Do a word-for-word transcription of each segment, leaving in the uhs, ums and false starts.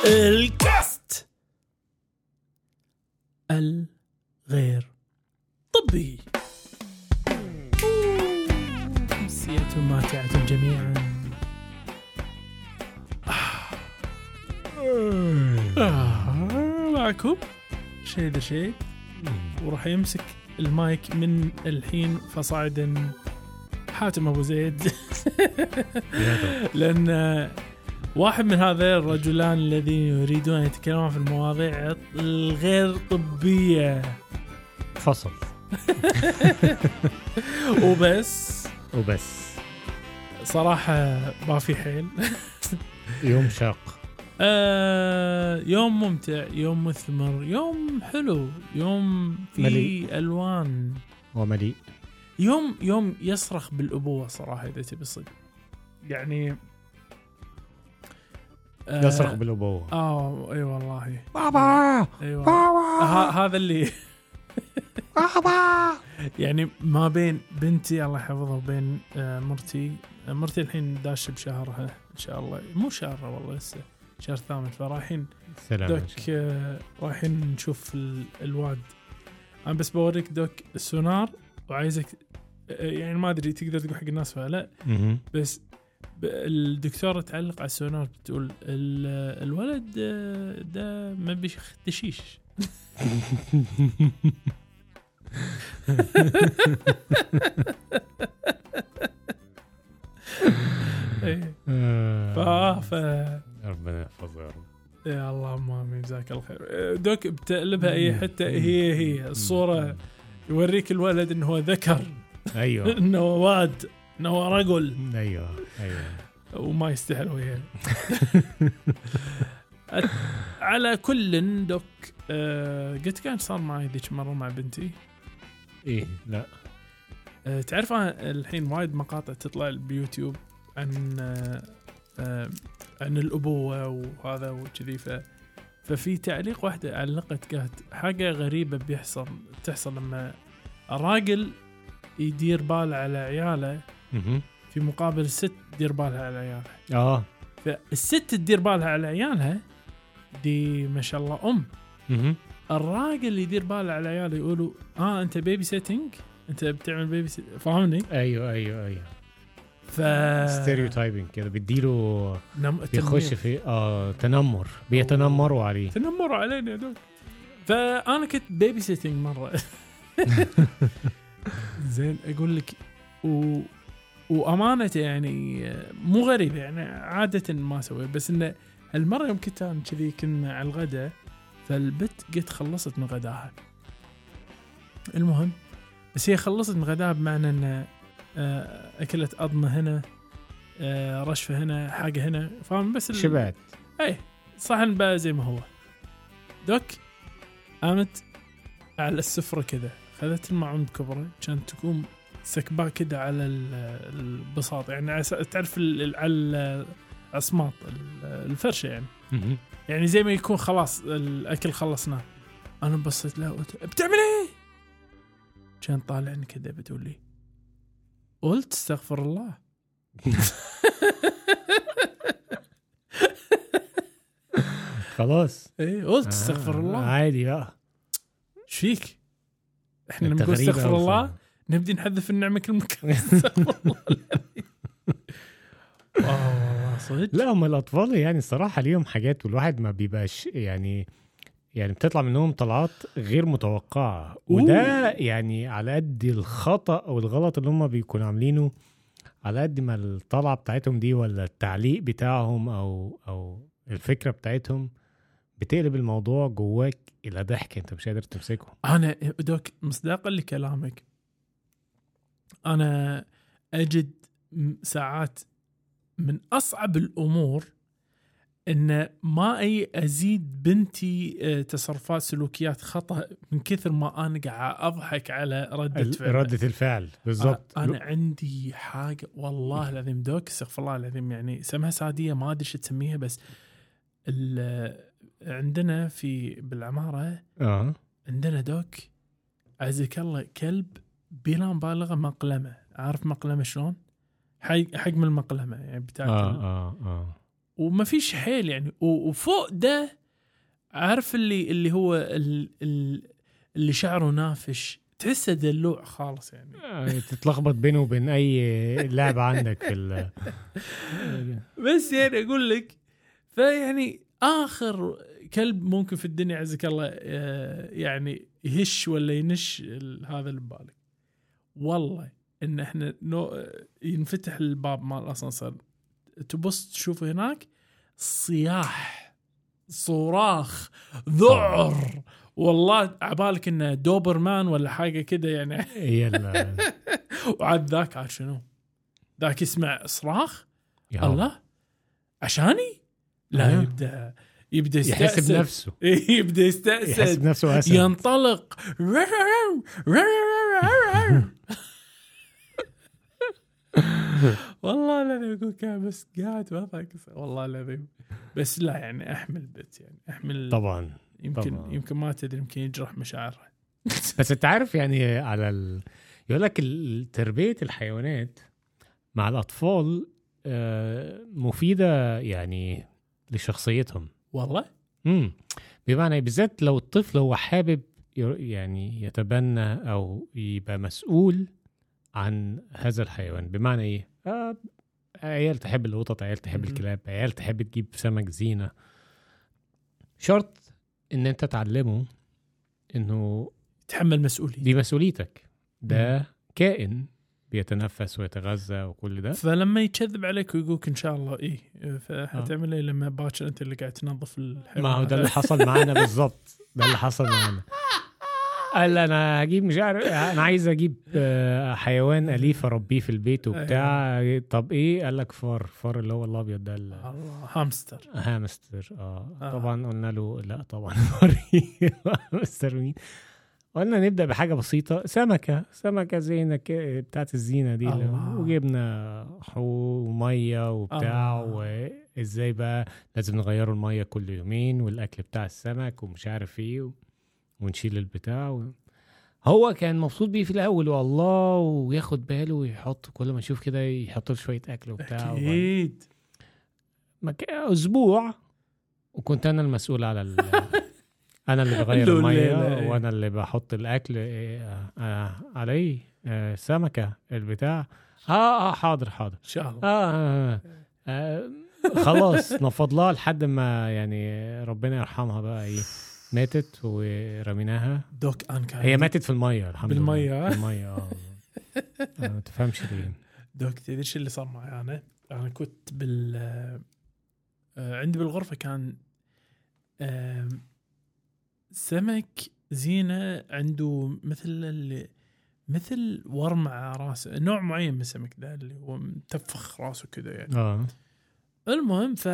الكاست الغير طبي. أمسية ماتعة جميعا. آه. معكم شيء ذا شيء، وراح يمسك المايك من الحين فصاعدا حاتم أبو زيد. لأن واحد من هذين الرجلان الذين يريدون أن يتكلمون في المواضيع الغير طبية. فصل. وبس وبس صراحة ما في حيل. يوم شاق. آه يوم ممتع، يوم مثمر، يوم حلو، يوم في مليء. ألوان ومليء. يوم يوم يصرخ بالأبوة صراحة إذا تبي الصدق. يعني آه يصرخ بالأبوة. آه أي والله بابا أيوة. بابا هذا اللي بابا. يعني ما بين بنتي الله يحفظها وبين آه مرتي. آه مرتي الحين داش بشهرها إن شاء الله، مو شهرها والله لسه شهر ثامن، فرايحين دوك آه رايحين نشوف الواد. أنا بس بوريك دوك السونار وعايزك آه يعني ما أدري تقدر تقول حق الناس ولا لا، بس الدكتورة تعلق على السونار بتقول الولد ده ما بيش تشيش. فا ف ربنا يحفظه يا رب. يا الله امين جزاك الله خير. دوك بتقلبها اي حتى هي هي الصورة يوريك الولد انه هو ذكر. ايوه. انه واد، انه رجل. ايوه ايوه. وما يستحل وياه. على كل دوك أه قلت كان صار معي ذيك مرة مع بنتي. ايه لا أه تعرف أنا الحين وايد مقاطع تطلع بيوتيوب عن أه أه عن الأبوة وهذا وكذي، ففي تعليق واحدة علقت قالت حاجة غريبة بيحصل تحصل لما الراجل يدير باله على عياله في مقابل الست تدير بالها على عيالها. اه فالست تدير بالها على عيالها دي ما شاء الله أم. م-م. الراجل اللي يدير باله على عياله يقولوا اه انت بيبي سيتنج، انت بتعمل بيبي سيت... فاهمني؟ ايوه ايوه ايوه. ف ستيريوتايبنج كده بيديله نم... بيخش في اه تنمر، بيتنمروا عليه. تنمروا علينا دول. فانا كنت بيبي سيتنج مره. زين اقول لك و وأمانة يعني مو غريبة، يعني عادة ما أسوي، بس إنه هالمرة يوم كنت أنا كذي كنا على الغداء، فالبت قد خلصت من غداها. المهم بس هي خلصت من غداها بمعنى إن أكلت أضمة هنا، رشفة هنا، حاجة هنا، فاهم؟ بس شبعت. أي صحن بقى زي ما هو. دوك قامت على السفرة كذا، خذت المعون بكبرة كانت تقوم سكباه كده على البساط، يعني تعرف على الأصماط الفرشة يعني. م-م. يعني زي ما يكون خلاص الأكل خلصناه. أنا بصيت له بتعمل إيه؟ كان طالعني كده بتقول لي قلت استغفر الله. خلاص إيه قلت استغفر الله عادي بقى. شيك إحنا نقول استغفر الله نبدي نحذف النعمة كل مكان. والله صدق. لا هم الأطفال يعني الصراحة ليهم حاجات والواحد ما بيبقاش يعني يعني بتطلع منهم طلعات غير متوقعة. وده يعني على قد الخطأ أو الغلط اللي هم بيكونوا عاملينه، على قد ما الطلعة بتاعتهم دي ولا التعليق بتاعهم أو أو الفكرة بتاعتهم بتقلب الموضوع جواك إلى ضحك أنت مش قادر تمسكه. أنا دوك مصداقا لكلامك، أنا أجد ساعات من أصعب الأمور إن ما أي أزيد بنتي تصرفات سلوكيات خطأ من كثر ما أنا قاعد أضحك على ردة فعل. ردة الفعل بالضبط. أنا عندي حاجة والله العظيم دوك استغفر الله العظيم، يعني سمها سادية ما أدري شو تسميها، بس عندنا في بالعمارة آه. عندنا دوك عزك الله كلب بلا مبالغة مقلمة. عارف مقلمة شلون؟ حجم المقلمة يعني بتاعت آه آه آه. وما فيش حيل يعني. وفوق ده عارف اللي اللي هو اللي شعره نافش تحسه دلوع خالص يعني. تتلخبط بينه وبين اي لعبه عندك في ال... بس يعني اقول لك فيعني اخر كلب ممكن في الدنيا عزك الله يعني يهش ولا ينش هذا اللي ببالك. والله ان احنا نو ينفتح الباب مال الاسانسير تبص تشوف هناك صياح صراخ ذعر والله عبالك انه دوبرمان ولا حاجه كده يعني. يلا وعاد ذاك عاد شنو ذاك يسمع صراخ الله عشاني لا آه. يبدا يبدا يحسب نفسه يبدا يستأسد يحسب نفسه أسد. ينطلق والله لا يقول كان بس قاعد ما والله العظيم. بس لا يعني احمل بيت يعني احمل طبعا يمكن طبعا. يمكن ما تدري يمكن يجرح مشاعره. بس انت عارف يعني على ال... يقول لك تربيه الحيوانات مع الاطفال مفيده يعني لشخصيتهم والله. امم بمعنى بالذات لو الطفل هو حابب يعني يتبنى او يبقى مسؤول عن هذا الحيوان. بمعنى ايه آه عيال تحب القطط عيال تحب الكلاب عيال تحب تجيب سمك زينة. شرط ان انت تعلمه انه تحمل مسؤولية دي مسؤوليتك. ده مم. كائن بيتنفس ويتغذى وكل ده. فلما يتكذب عليك ويقولك ان شاء الله ايه فهتعمل ايه لما باكر انت اللي قاعد تنظف الحيوان؟ ما هو ده اللي حصل معانا بالضبط. ده اللي حصل معانا. قال انا هجيب مش عارف انا عايز اجيب حيوان اليف اربيه في البيت وبتاع. طب ايه؟ قال لك فار. فار اللي هو الابيض ده هامستر. هامستر اه, آه. طبعا قلنا له لا طبعا. هامستر مين؟ قلنا نبدا بحاجه بسيطه سمكه سمكه زينه بتاعت الزينه دي وجبنا حو وميه وبتاع آه. وازاي بقى لازم نغيروا الميه كل يومين والاكل بتاع السمك ومش عارف ايه و... ونشيل البتاع و... هو كان مبسوط بيه في الاول والله وياخد باله ويحط كل ما يشوف كده يحط له شويه اكل وبتاع. اكيد مك... اسبوع وكنت انا المسؤول على ال... انا اللي بغير الميه وانا اللي بحط الاكل آه آه علي آه سمكه البتاع اه اه حاضر حاضر ان شاء الله آه, آه, آه خلاص نفض لها لحد ما يعني ربنا يرحمها بقى ايه ماتت ورميناها. دوك أنك هي ماتت في الميه الحمد بالمية. لله في الميه اه ما تفهمش ليه. دوك تدري شو اللي صار معي انا انا كنت بال آه عندي بالغرفه كان آه سمك زينة عنده مثل اللي مثل ورم على راسه نوع معين من السمك ده اللي هو متفخ راسه كده يعني آه. المهم ف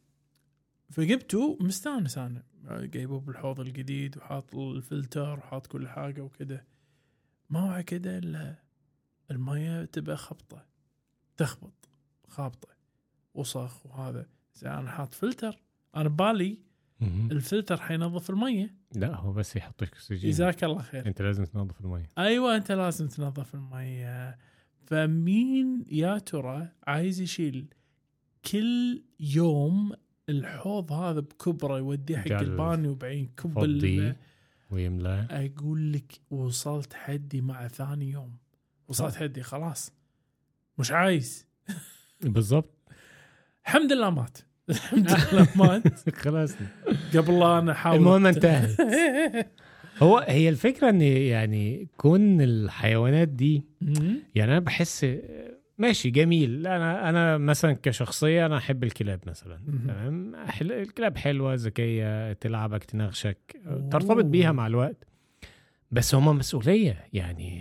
فجبته مستانس انا جايبه بالحوض الجديد وحاط الفلتر وحاط كل حاجة وكده ما هو كده الا المية تبقى خبطة تخبط خابطة وصخ وهذا زي انا حاط فلتر انا بالي الفلتر حينظف المية. لا هو بس يحط اكسجين. جزاك الله خير. انت لازم تنظف المية. ايوه انت لازم تنظف المية. فمين يا ترى عايز يشيل كل يوم الحوض هذا بكبره يوديه حق البانيو وبعين كب ويملى. اقول لك وصلت حدي مع ثاني يوم وصلت حدي خلاص مش عايز. بالضبط. الحمد لله مات. الحمد لله مات. خلاص قبل لا انا احاول. المهم انتهت. هو هي الفكره ان يعني كون الحيوانات دي يعني انا بحس ماشي جميل. انا انا مثلا كشخصيه انا احب الكلاب مثلا تمام. الكلاب حلوه ذكيه تلعبك تنغشك ترتبط بيها مع الوقت. بس هما مسؤوليه يعني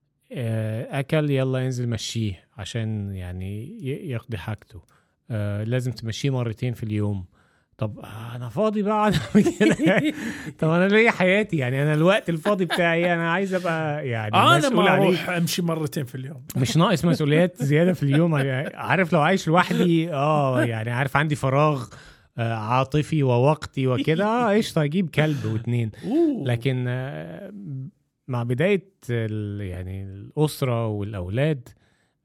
اكل يلا ينزل مشيه عشان يعني يقضي حاجته. آه لازم تمشيه مرتين في اليوم. طب انا فاضي بقى كده. طب انا ليه حياتي يعني انا الوقت الفاضي بتاعي انا عايز ابقى يعني انا ما اروح امشي مرتين في اليوم. مش ناقص مسؤوليات زياده في اليوم. عارف لو عايش لوحدي اه يعني عارف عندي فراغ آه عاطفي ووقتي وكده اه قشطه اجيب كلب واتنين. لكن آه مع بدايه يعني الاسره والاولاد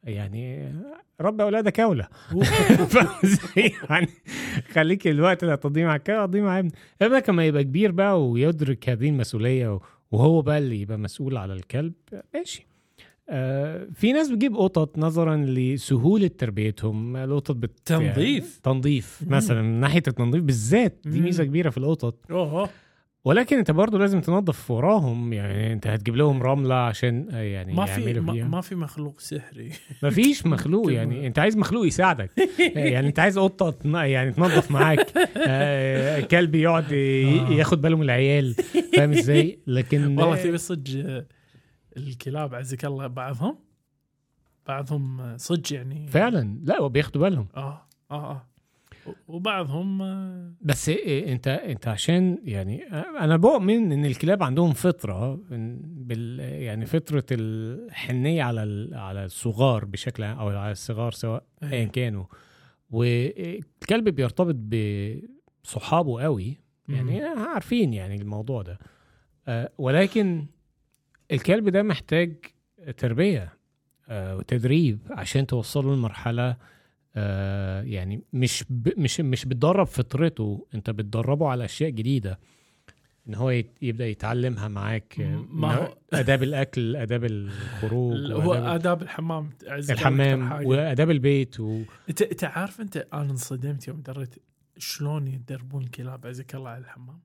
يعني رب اولادك اولى يعني خليك الوقت اللي هتقضيه مع الكلب قضيه مع ابنك. ابنك لما يبقى كبير بقى ويدرك هذه المسؤوليه وهو بقى اللي يبقى مسؤول على الكلب ماشي. آه في ناس بتجيب قطط نظرا لسهوله تربيتهم. القطط بت... تنظيف يعني تنظيف مثلا من ناحيه التنظيف بالذات دي ميزه كبيره في القطط. اوه ولكن انت برضو لازم تنظف وراهم. يعني انت هتجيب لهم رملة عشان يعني ما في يعملوا فيها. ما في مخلوق سحري ما فيش مخلوق يعني انت عايز مخلوق يساعدك يعني انت عايز قطة يعني تنظف معاك آه كلب يقعد ياخد باله من العيال فاهم ازاي. لكن والله في صدق الكلاب عزك الله بعضهم بعضهم صدق يعني فعلا لا وبياخدوا بالهم اه اه اه وبعضهم بس إيه انت انت عشان يعني انا بؤمن ان الكلاب عندهم فطره بال يعني فطره الحنيه على على الصغار بشكل او على الصغار سواء ايا كانوا. والكلب بيرتبط بصحابه قوي يعني عارفين يعني الموضوع ده. ولكن الكلب ده محتاج تربيه وتدريب عشان توصله لمرحله آه يعني مش ب... مش مش بتدرب فطرته. انت بتدربه على اشياء جديده ان هو يت... يبدا يتعلمها معاك. ما هو اداب الاكل اداب الخروج هو اداب الحمام الحمام واداب البيت و... انت انت عارف انت انا انصدمت يوم دريت شلون يدربون الكلاب عزك الله على الحمام.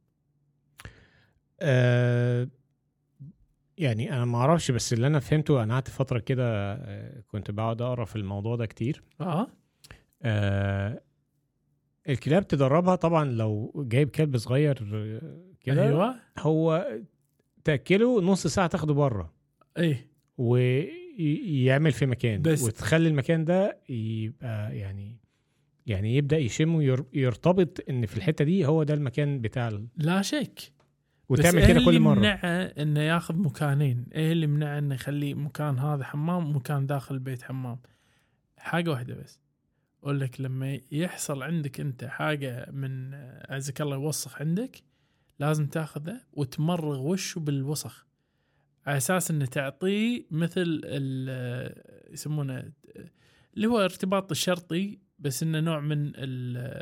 آه يعني انا ما اعرفش بس اللي انا فهمته انا قعدت فتره كده كنت بقعد اقرا في الموضوع ده كتير. اه آه الكلاب تدربها طبعا لو جايب كلب صغير كده أيوة. هو تاكله نص ساعه تاخده بره ايه ويعمل في مكان بس. وتخلي المكان ده يبقى يعني يعني يبدا يشم ويرتبط ان في الحته دي هو ده المكان بتاع لا شك. وتعمل كده كل مره. بس ايه اللي منعه انه ياخذ مكانين؟ ايه اللي منعه انه يخلي مكان هذا حمام ومكان داخل البيت حمام؟ حاجه واحده بس اقول لك لما يحصل عندك انت حاجه من عزك الله يوسخ عندك لازم تاخذه وتمرغ وشه بالوسخ على اساس انه تعطيه مثل يسمونه اللي هو ارتباط الشرطي بس انه نوع من ال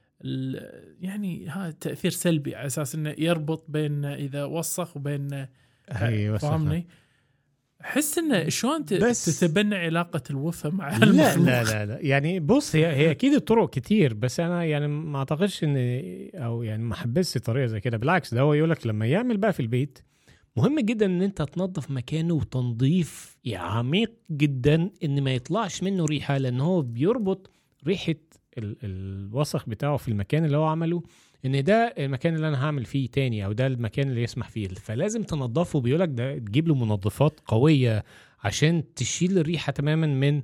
يعني هذا تأثير سلبي على أساس إنه يربط بين إذا وسخ وبين فاهمني. حس إنه شلون تتبنى علاقة الوفا مع لا المخلوق. لا لا لا يعني بص هي هي أكيد الطرق كتير بس أنا يعني ما أعتقدش إن أو يعني ما حبسش طريقة زي كده. بالعكس ده هو يقولك لما يعمل بقى في البيت مهم جدا إن أنت تنظف مكانه وتنظيف عميق جدا إن ما يطلعش منه ريحة لأن هو بيربط ريحة الوسخ بتاعه في المكان اللي هو عمله ان ده المكان اللي انا هعمل فيه تاني او ده المكان اللي يسمح فيه. فلازم تنظفه. بيقولك ده تجيب له منظفات قوية عشان تشيل الريحة تماما من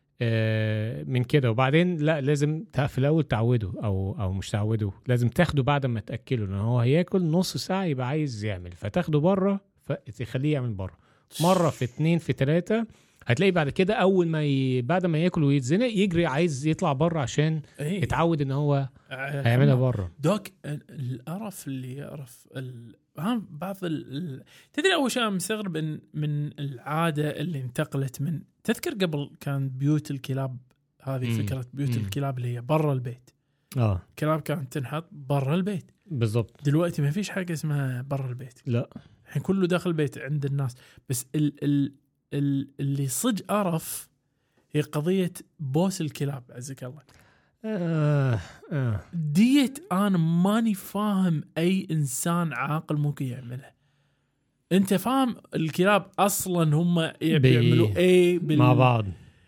آه من كده. وبعدين لا لازم في الاول تعوده او او مش تعوده لازم تاخده بعد ما تاكله لان هو هياكل نص ساعة يبقى عايز يعمل فتاخده بره فتخليه يعمل بره مرة في اتنين في تلاتة هتلاقي بعد كده اول ما ي... بعد ما ياكل ويتزنق يجري عايز يطلع بره عشان ايه؟ يتعود ان هو هيعملها بره. دوك القرف اللي يعرف ال... بعض ال... تدري اول شيء مستغرب إن من العاده اللي انتقلت من تذكر قبل كان بيوت الكلاب هذه مم. فكره بيوت مم. الكلاب اللي هي برا البيت. اه الكلاب كانت تنحط برا البيت بالضبط. دلوقتي ما فيش حاجه اسمها برا البيت لا الحين كله داخل البيت عند الناس. بس ال... ال... اللي صج قرف هي قضية بوس الكلاب عزك الله. آه آه. ديت أنا ماني فاهم أي إنسان عاقل ممكن يعملها. أنت فاهم الكلاب أصلا هم يعملوا إيه بال... مع بعض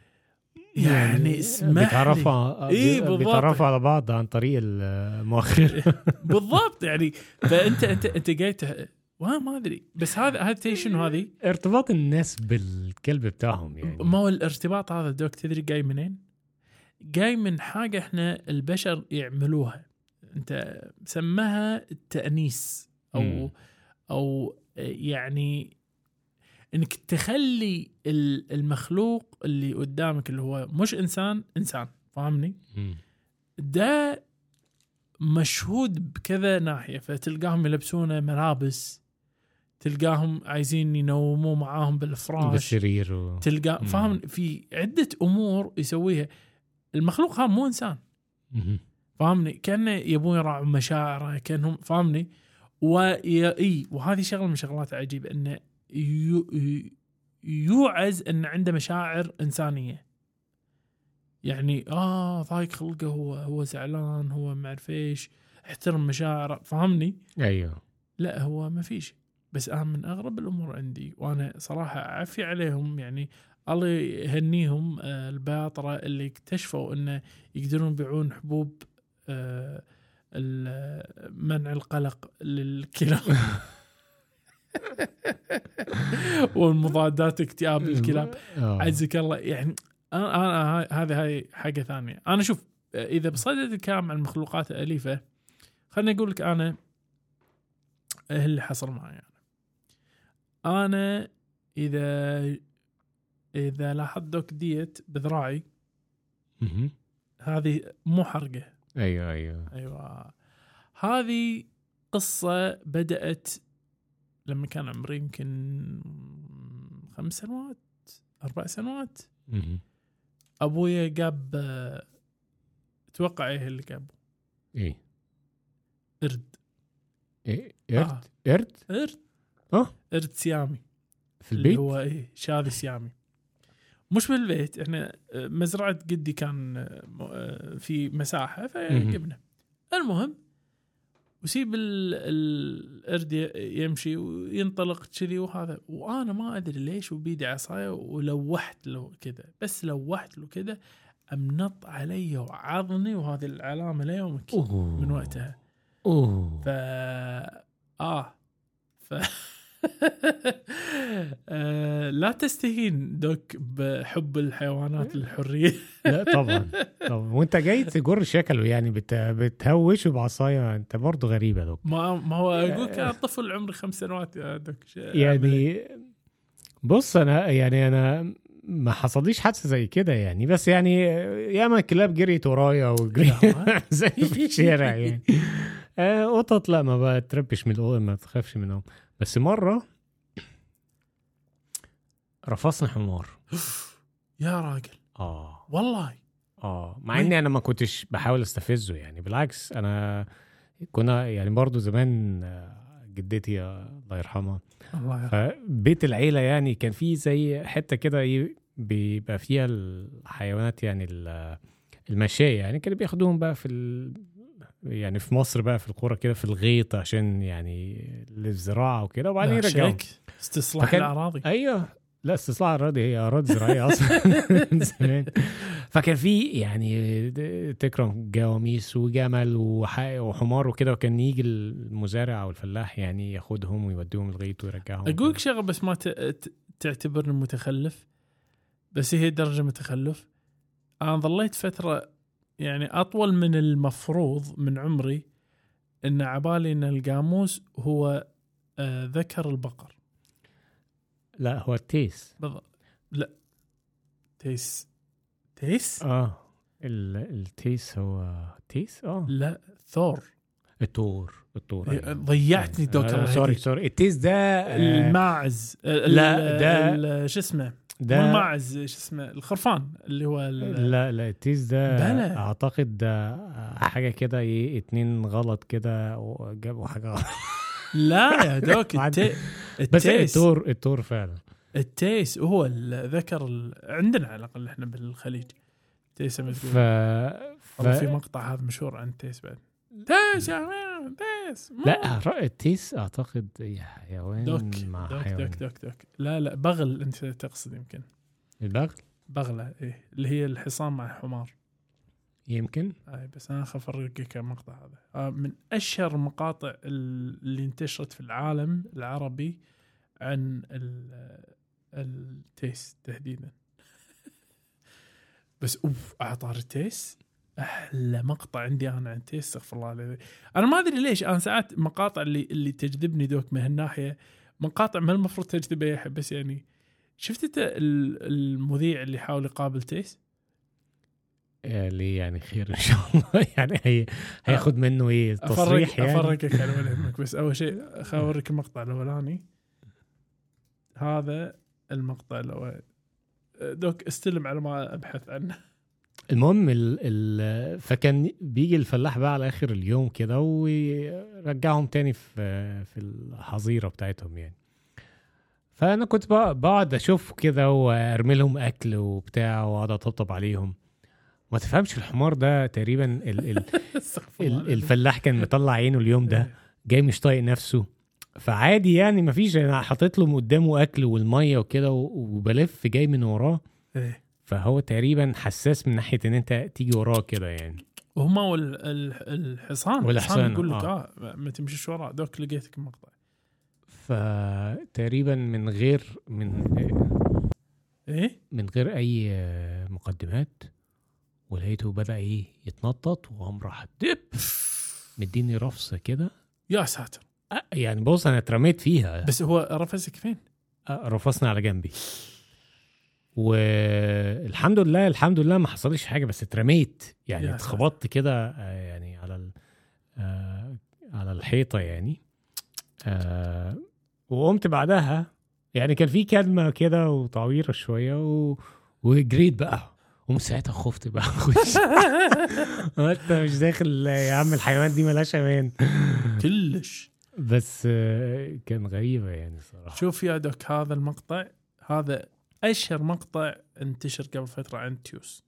يعني اسمح بيتعرفوا إيه بيتعرفوا على بعض عن طريق المؤخر بالضبط يعني. فأنت أنت أنت جاي واه ما ادري بس هذا هذا تي شنو هذه ارتباط الناس بالكلب بتاعهم يعني. ما هو الارتباط هذا دوك تدري جاي منين؟ جاي من حاجه احنا البشر يعملوها انت سماها التأنيس او م. او يعني انك تخلي المخلوق اللي قدامك اللي هو مش انسان انسان فاهمني م. ده مشهود بكذا ناحيه. فتلقاهم يلبسونه ملابس تلقاهم عايزين ينوموا معاهم بالفراش بالسرير و... تلقى فاهم في عدة أمور يسويها. المخلوق هذا مو إنسان فاهمني، كأنه يبون يراعوا مشاعره كأنهم فاهمني. وإي وهذه شغلة من شغلات عجيبة إنه يو... يوعز إن عنده مشاعر إنسانية. يعني آه ضايق خلقه، هو هو زعلان، هو ما أعرف إيش، احترم مشاعره فاهمني. أيوه لا هو ما فيش. بس أنا من أغرب الأمور عندي وأنا صراحة أعفي عليهم، يعني الله يهنيهم الباطرة اللي اكتشفوا إنه يقدرون يبيعون حبوب منع القلق للكلاب والمضادات اكتئاب الكلاب. عزك الله. يعني أنا, أنا هذه هاي حاجة ثانية. أنا شوف إذا بصدد الكلام عن المخلوقات الأليفة، خلني أقول لك أنا اللي حصل معي. يعني أنا إذا إذا لاحظت دوك ديت بذراعي هذه مو حرقة. أيوة أيوة أيوة هذه قصة بدأت لما كان عمري يمكن خمس سنوات أربع سنوات. مم. أبويا جاب توقع إيه اللي جابه؟ إيه قرد. إيه قرد آه. قرد قرد أه قرد سيامي في البيت. هو إيه شاذ سيامي، مش بالبيت. إحنا مزرعة جدي كان في مساحة فجبنا. المهم وسيب القرد يمشي وينطلق كذي وهذا، وأنا ما أدري ليش وبيدي عصاية ولوحت له كذا، بس لوحت له كذا أمنط علي وعضني، وهذه العلامة ليومك من وقتها. أوه. ف آه ف آه لا تستهين دوك بحب الحيوانات الحرية. لا طبعا طبعا. وانت جاي تجر شكله يعني بت... بتهوشه بعصاية، انت برضو غريبة دوك. ما ما هو اقول كان طفل عمري خمس سنوات يا دوك. يعني بص انا يعني انا ما حصليش حادثة زي كده يعني، بس يعني ياما الكلاب جريت ورايا وجري زي في الشارع يعني. قطط لا ما بتربش من الأوضة، ما تخافش منهم. بس مرة رفصني حمار. يا راجل. اه والله اه مع اني انا ما كنتش بحاول استفزه يعني، بالعكس انا كنا يعني برضو زمان جدتي الله يرحمها فبيت العيلة يعني كان فيه زي حتة كده بيبقى فيها الحيوانات يعني المشاية يعني، كانوا بياخدوهم بقى في ال... يعني في مصر بقى في القرى كده في الغيط عشان يعني للزراعة وكده، وبعدين رجعوا استصلاح فكان... الأراضي. أيوة لا استصلاح الأراضي هي أراضي زراعية أصلا زمان. فكان في يعني تكرم جواميس وجمل وحمار وكده، وكان يجي المزارع أو الفلاح يعني ياخدهم ويوديهم الغيط ويرجعهم. أقولك شغل بس ما ت... تعتبرني متخلف، بس هي درجة متخلف. أنا ظليت فترة يعني أطول من المفروض من عمري إن عبالي إن الجاموس هو آه ذكر البقر. لا هو التيس. بض... لا تيس تيس آه ال... التيس هو تيس آه لا ثور التور التور أيوة. ضيعتني دوكر. آه سوري سوري التيس ده آه الماعز. لا ده شو اسمه ده الماعز شو اسمه الخرفان اللي هو لا لا التيس ده بلا. اعتقد ده حاجه كده ايه اتنين غلط كده وجابوا حاجه لا يا دوك التي... بس التور التور فعلا التيس هو الذكر ال... عندنا على الاقل احنا بالخليج تيس ف... ف... في مقطع هذا مشهور عن تيس بعد تيس يا مان تيس لا التيس اعتقد حيوان دوك مع دوك حيوان. دوك دوك دوك لا لا بغل انت تقصد يمكن البغل بغلة ايه اللي هي الحصان مع الحمار يمكن. اي بس انا خاف افرجك المقطع هذا من اشهر المقاطع اللي انتشرت في العالم العربي عن التيس تحديدا. بس اوف اعطار التيس احلى مقطع عندي انا عن تيس استغفر الله العظيم. انا ما ادري ليش انا ساعات مقاطع اللي اللي تجذبني دوك من هالناحيه مقاطع ما المفروض تجذب اي احد، بس يعني شفت انت المذيع اللي حاول يقابل تيس ليه يعني خير ان شاء الله يعني هي هياخد منه ايه تصريح يعني افرجك على ولا يهمك. بس اول شيء خاورك المقطع الاولاني هذا المقطع لو دوك استلم على ما ابحث عنه. المهم ال ال فكان بيجي الفلاح بقى على اخر اليوم كده ويرجعهم تاني في في الحظيره بتاعتهم يعني. فانا كنت بقى بقعد اشوف كده وارمي لهم اكل وبتاع واقعد اطبطب عليهم. ما تفهمش الحمار ده تقريبا ال ال ال الفلاح كان مطلع عينه اليوم ده، جاي مش طايق نفسه. فعادي يعني مفيش، انا حطيت له قدامه اكل والميه وكده وبلف جاي من وراه. فهو تقريبا حساس من ناحيه ان انت تيجي وراه كده يعني. وهما والحصان والحصان يقول لك اه, آه ما تمشيش وراه. دوك لقيتك المقطع. فتقريبا من غير من ايه من غير اي مقدمات ولقيته بدأ ايه يتنطط وقام راح دب مديني رفسه كده. يا ساتر. يعني بص انا اترميت فيها. بس هو رفسك فين؟ رفسنا على جنبي والحمد لله الحمد لله ما حصلش حاجه، بس اترميت يعني اتخبطت كده يعني على على الحيطه يعني. وقمت بعدها يعني كان في كلمه كده وتعويره شويه و... وجريت بقى. ومن ساعتها خفت بقى. انت مش داخل يا عم، الحيوانات دي ملهاش امان كلش. بس كان غريبه يعني صراحه. شوف يا دوك هذا المقطع، هذا اشهر مقطع انتشر قبل فتره عن تيوس.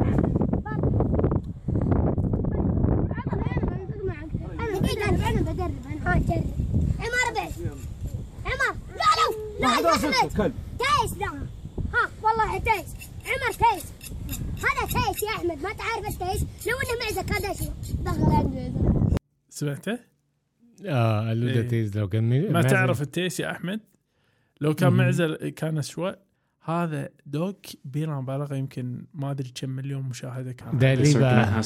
انا بدرب انا هاجر عمر بس عمر لا لا لا احمد تيس. لا ها والله تيس عمر تيس. هذا تيس يا احمد، ما تعرف التيس لو انه معزك هذا شو دخل عنده. سمعته؟ اه قالوا ده تيس. لو كان ما تعرف التيس يا احمد لو كان معزل كان اسوأ. هذا دوك بلا مبالغه يمكن ما ادري كم مليون مشاهده كان. ده ليه بقى؟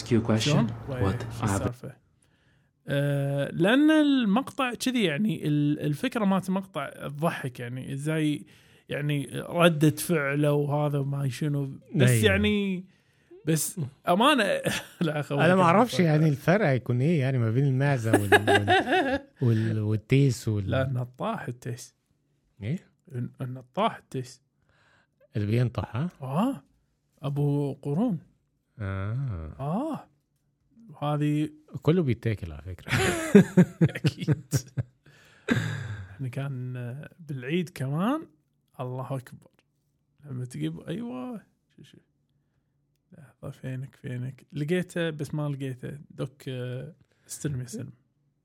آه لأن المقطع كذي يعني الفكرة مالت المقطع تضحك يعني ازاي يعني ردة فعله وهذا ما شنو بس أيه. يعني بس أمانة لا أنا ما أعرفش يعني الفرق يكون إيه يعني ما بين المعزة وال... وال... والتيس وال... لا النطاح التيس. إيه النطاح التيس اللي بينطح. ها آه أبو قرون. آه آه هذه كله بيتاكل على فكرة. أكيد. احنا كان بالعيد كمان الله أكبر لما تجيب أيوة شو شو لحظة فينك فينك لقيته بس ما لقيته دوك استلم يسلم.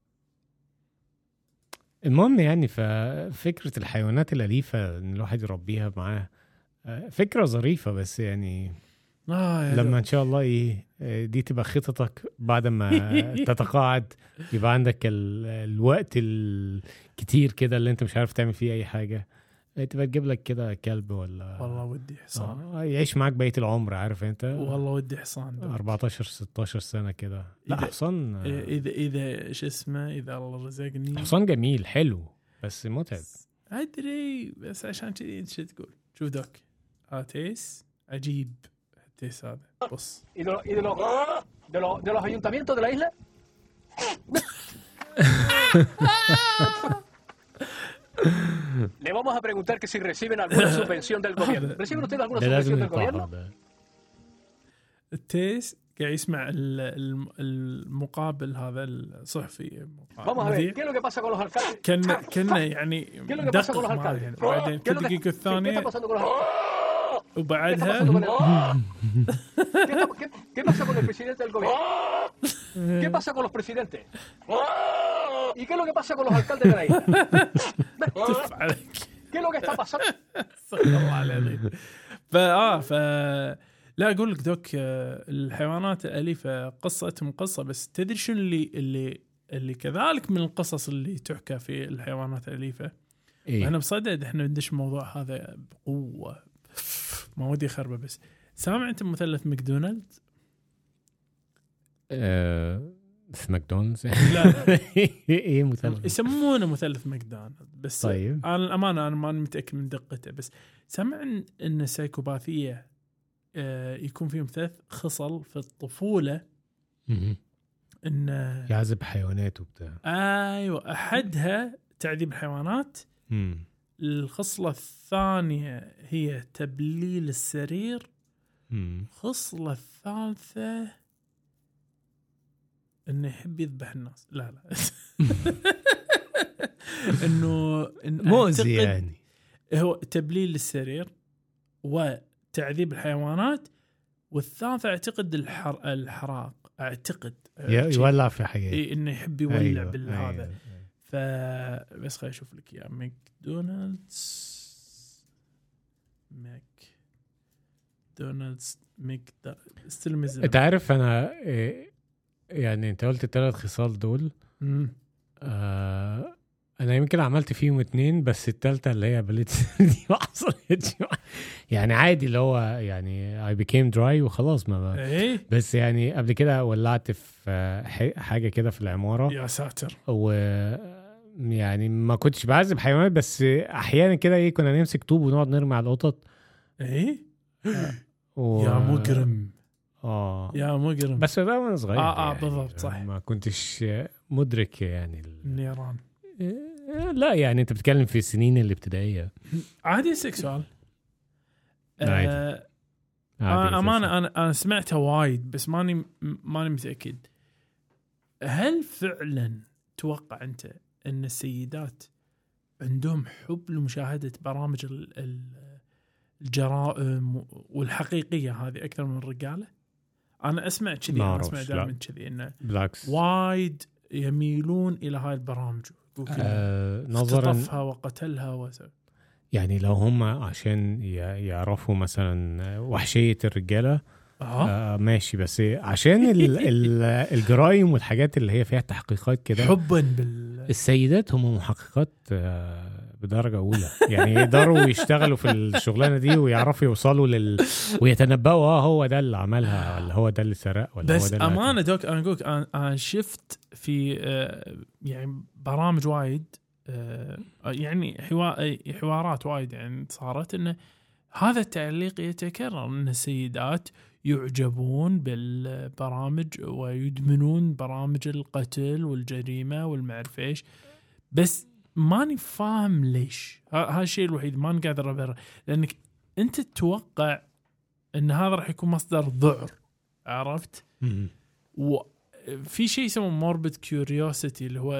المهم يعني ففكرة الحيوانات الأليفة إن الواحد يربيها معاه فكرة ظريفة، بس يعني آه لما دو. إن شاء الله إيه دي تبقى خطتك بعد ما تتقاعد يبقى عندك ال... الوقت الكتير كده اللي أنت مش عارف تعمل فيه أي حاجة، تبقى تجيب لك كده كلب ولا والله ودي حصان آه يعيش معاك بقية العمر. عارف أنت والله ودي حصان أربعتاشر ستاشر سنة كده. لا حصان إذا إذا إيش اسمه إذا الله رزقني حصان جميل حلو بس متعب أدري، بس عشان كذي أنت تقول شوف دوك هاتيس عجيب التيس هذا بص. ¿Y de, y de, los, de, los, de los ayuntamientos de la isla? Le vamos a preguntar que si reciben alguna subvención del gobierno. ¿Reciben ustedes alguna subvención del gobierno? التيس قاعد يسمع المقابل هذا الصحفي. Vamos a ver, ¿qué es lo que pasa con los alcaldes? كنا كنا يعني ¿Qué es lo que pasa con los alcaldes? بعدين في الدقيقة الثانية وبعدها ¿Qué pasa con el presidente del gobierno? ¿Qué pasa con los presidentes? ¿Y qué es lo que pasa con los alcaldes de la isla? ¿Qué es lo que está pasando? الله عليك. فآه ف لا أقول لك دوك الحيوانات الأليفة قصتهم قصة، بس تدري شو اللي اللي اللي كذلك من القصص اللي تحكى في الحيوانات الأليفة. إيه؟ أنا بصدد إحنا ندش موضوع هذا بقوة ما ودي خربه. بس سامع أنت مثلث ماكدونالدز؟ أه في ماكدونالدز لا ايه مثلث يسمونه مثلث ماكدونالدز بس طيب. انا الامانه انا ما متاكد من دقته، بس سمع ان ان السايكوباثيه آه يكون فيهم ثلاث خصل في الطفوله ان يعذب حيوانات وبتاع. ايوه احدها تعذيب الحيوانات. مم. الخصلة الثانية هي تبليل السرير. الخصلة الثالثة انه يحب يذبح الناس. لا لا انه مؤذي يعني. هو تبليل السرير وتعذيب الحيوانات، والثالثة اعتقد الحر... الحراق اعتقد يولع في حاجات، إيه انه يحب يولع أيوة بالهذا. أيوة. فبس خليني اشوف لك يا ماكدونالدز ماكدونالدز ماكدونالدز. انت عارف انا يعني انت قلت الثلاث خصال دول، آه انا يمكن عملت فيهم اتنين بس، الثالثه اللي هي بليتس دي ما حصلتش يعني عادي، اللي هو يعني I became dry وخلاص ما ايه. بس يعني قبل كده ولعت في حاجه كده في العماره يا ساتر. و يعني ما كنتش بعذب حيوانات، بس احيانا كده ايه كنا نمسك طوب ونقعد نرمي على القطط. ايه و... يا مجرم. اه يا مجرم. بس ده وانا صغير. اه اه يعني بالضبط صح. ما كنتش مدرك يعني النيران. لا يعني انت بتتكلم في السنين الابتدائيه. عادي اسالك سؤال. عادي. آه عادي امانه انا انا سمعتها وايد بس ماني ماني متاكد. هل فعلا توقع انت ان السيدات عندهم حب لمشاهده برامج الجرائم والحقيقيه هذه اكثر من الرجاله؟ انا اسمع كذي، انا اسمع دائما كذي انه بالعكس وايد يميلون الى هاي البرامج. آه نظرا اختطفها وقتلها وسوى. يعني لو هم عشان يعرفوا مثلا وحشيه الرجاله آه. آه ماشي، بس عشان ال ال الجرائم والحاجات اللي هي فيها تحقيقات كده، حبا بال السيدات هم محققات آه بدرجة أولى، يعني يقدروا يشتغلوا في الشغلانة دي ويعرفوا يوصلوا لل ويتنبأوا اه هو ده اللي عملها ولا هو ده اللي سرق ولا بس هو ده. أمانة دوك أنا أقولك أنا شفت في آه يعني برامج وايد آه يعني حوارات وايد يعني صارت إنه هذا التعليق يتكرر، إن السيدات يعجبون بالبرامج ويدمنون برامج القتل والجريمة والمعرفة إيش. بس ماني فاهم ليش هذا الشيء الوحيد ما نقدر أبرر، لأنك أنت تتوقع أن هذا راح يكون مصدر ذعر، عرفت؟ وفي شيء يسمونه morbid curiosity اللي هو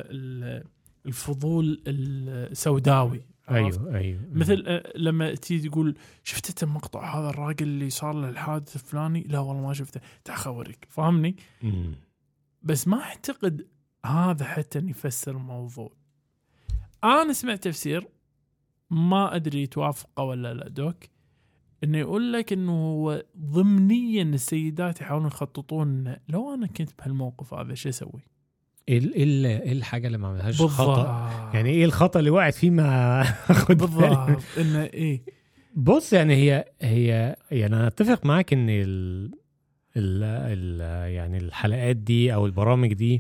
الفضول السوداوي. أيوه أيوه. مثل لما تيجي تقول شفت المقطع هذا الراجل اللي صار له الحادث الفلاني؟ لا والله ما شفته، تعال خوريك. فاهمني؟ مم. بس ما أعتقد هذا حتى يفسر الموضوع. أنا سمعت تفسير ما أدري توافقه ولا لا دوك، إنه يقول لك إنه هو ضمنيا السيدات يحاولون يخططون لو أنا كنت بهالموقف هذا شو أسوي؟ إيه إيه الحاجة اللي ما عملهاش خطأ؟ يعني إيه الخطأ اللي وقعت فيه ما أخد بالضبط إنه إيه. بص يعني هي هي يعني أنا أتفق معك إن ال ال ال يعني الحلقات دي أو البرامج دي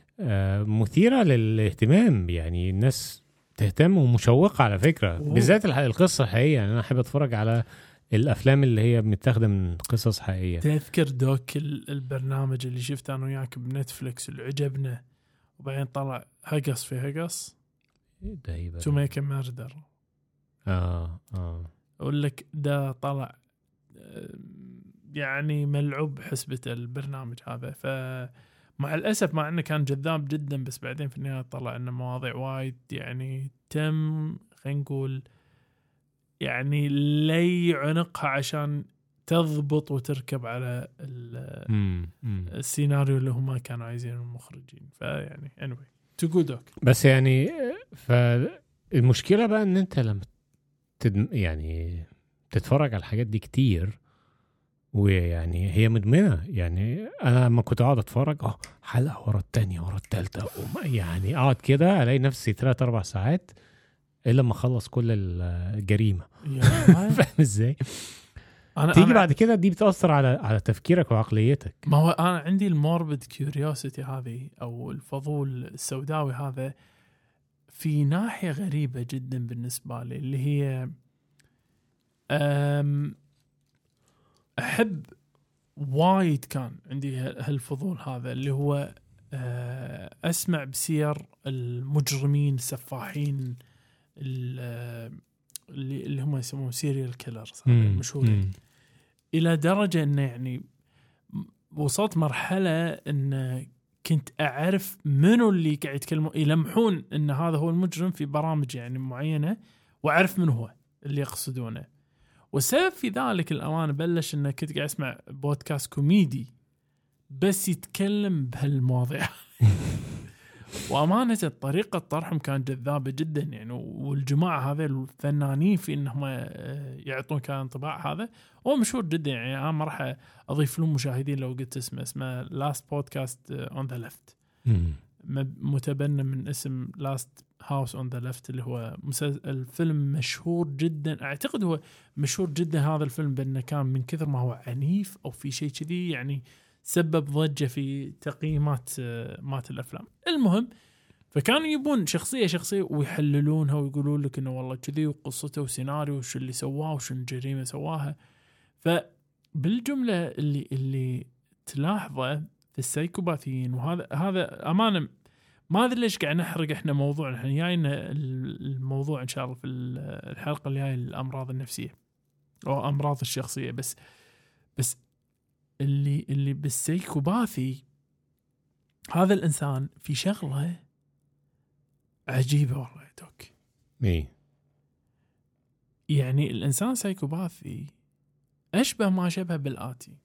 مثيرة للاهتمام، يعني الناس تهتم ومشوقة على فكرة، بالذات القصة الحقيقية. يعني أنا أحب أتفرج على الأفلام اللي هي متاخدة من قصص حقيقية. تذكر دوك البرنامج اللي شفت أنا وياك بنتفليكس اللي عجبنا وبعدين طلع هقص في هقص to make a murder. آه آه أقول لك ده طلع يعني ملعوب حسبة البرنامج هذا. ف مع الأسف مع أنه كان جذاب جدا بس بعدين في النهاية طلع أنه مواضيع وايد يعني تم خلينا نقول يعني لي عنقها عشان تضبط وتركب على السيناريو اللي هم كانوا عايزين المخرجين. فيعني anyway to go doc. بس يعني فالمشكلة بقى أن أنت لما تدم يعني تتفرج على الحاجات دي كتير ويعني هي مدمنة. يعني أنا لما كنت أقعد أتفرج أه حلقة ورا التانية ورا التالتة يعني أقعد كده ألاقي نفسي ثلاث أربع ساعات إلا ما أخلص كل الجريمة. فاهم إزاي؟ أنا تيجي أنا بعد كده دي بتأثر على على تفكيرك وعقليتك. ما هو أنا عندي الموربد كيوريوسيتي هذه أو الفضول السوداوي هذا في ناحية غريبة جدا بالنسبة لي اللي هي أم أحب وايد كان عندي هالفضول هذا اللي هو أسمع بسير المجرمين السفاحين اللي اللي هم يسموه سيريال كيلرز مشهورين، الى درجه انه يعني وصلت مرحله ان كنت اعرف منو اللي قاعد يتكلموا يلمحون ان هذا هو المجرم في برامج يعني معينه، واعرف من هو اللي يقصدونه. والسبب في ذلك الامانه بلش انه كنت قاعد اسمع بودكاست كوميدي بس يتكلم بهالمواضيع وأمانة طريقة طرحهم كانت جذابة جدا يعني، والجماعة هذا الفنانين في إنهم يعطون كان انطباع هذا هو مشهور جدا يعني. أنا ما راح أضيف له مشاهدين لو قلت اسمه اسمه Last Podcast on the Left، متبنى من اسم Last House on the Left اللي هو الفيلم مشهور جدا. أعتقد هو مشهور جدا هذا الفيلم بأنه كان من كثر ما هو عنيف أو في شيء كذي يعني سبب ضجة في تقييمات مات الأفلام. المهم فكانوا يبون شخصية شخصية ويحللونها ويقولون لك إنه والله كذي وقصته وسيناريو وش اللي سواه وش الجريمة سواها. فبالجملة اللي اللي تلاحظه في السايكوباثيين، وهذا هذا أمانة ما أدري ليش قاعد نحرق إحنا موضوع إحنا جاينا الموضوع إن شاء الله في الحلقة اللي هاي الأمراض النفسية أو أمراض الشخصية، بس بس اللي اللي بالسايكوباثي هذا الإنسان في شغلة عجيبة والله يا دوك. إيه يعني الإنسان سايكوباثي أشبه ما شبه بالآتي.